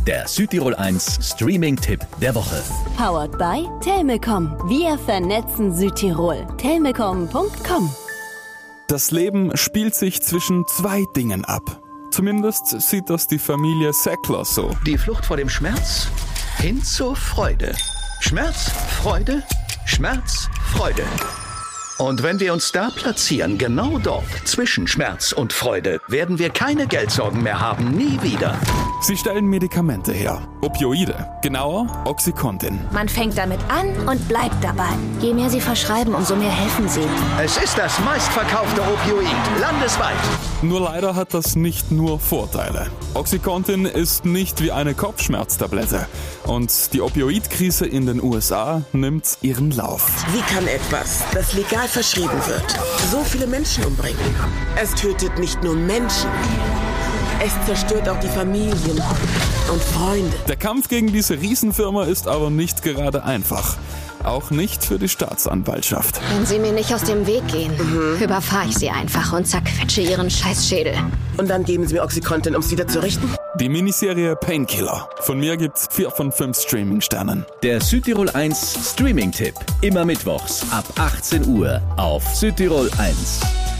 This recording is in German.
der Südtirol 1 Streaming-Tipp der Woche. Powered by Telmecom. Wir vernetzen Südtirol. Telmecom.com. Das Leben spielt sich zwischen zwei Dingen ab. Zumindest sieht das die Familie Sackler so. Die Flucht vor dem Schmerz hin zur Freude. Schmerz, Freude, Schmerz, Freude. Und wenn wir uns da platzieren, genau dort, zwischen Schmerz und Freude, werden wir keine Geldsorgen mehr haben, nie wieder. Sie stellen Medikamente her. Opioide, genauer Oxycontin. Man fängt damit an und bleibt dabei. Je mehr sie verschreiben, umso mehr helfen sie. Es ist das meistverkaufte Opioid, landesweit. Nur leider hat das nicht nur Vorteile. Oxycontin ist nicht wie eine Kopfschmerztablette. Und die Opioidkrise in den USA nimmt ihren Lauf. Wie kann etwas, das legal verschrieben wird, so viele Menschen umbringen? Es tötet nicht nur Menschen, es zerstört auch die Familien und Freunde. Der Kampf gegen diese Riesenfirma ist aber nicht gerade einfach. Auch nicht für die Staatsanwaltschaft. Wenn sie mir nicht aus dem Weg gehen, überfahre ich sie einfach und zerquetsche ihren Scheißschädel. Und dann geben sie mir Oxycontin, um es wieder zu richten? Die Miniserie Painkiller. Von mir gibt's 4 von 5 Streaming-Sternen. Der Südtirol 1 Streaming-Tipp. Immer mittwochs ab 18 Uhr auf Südtirol 1.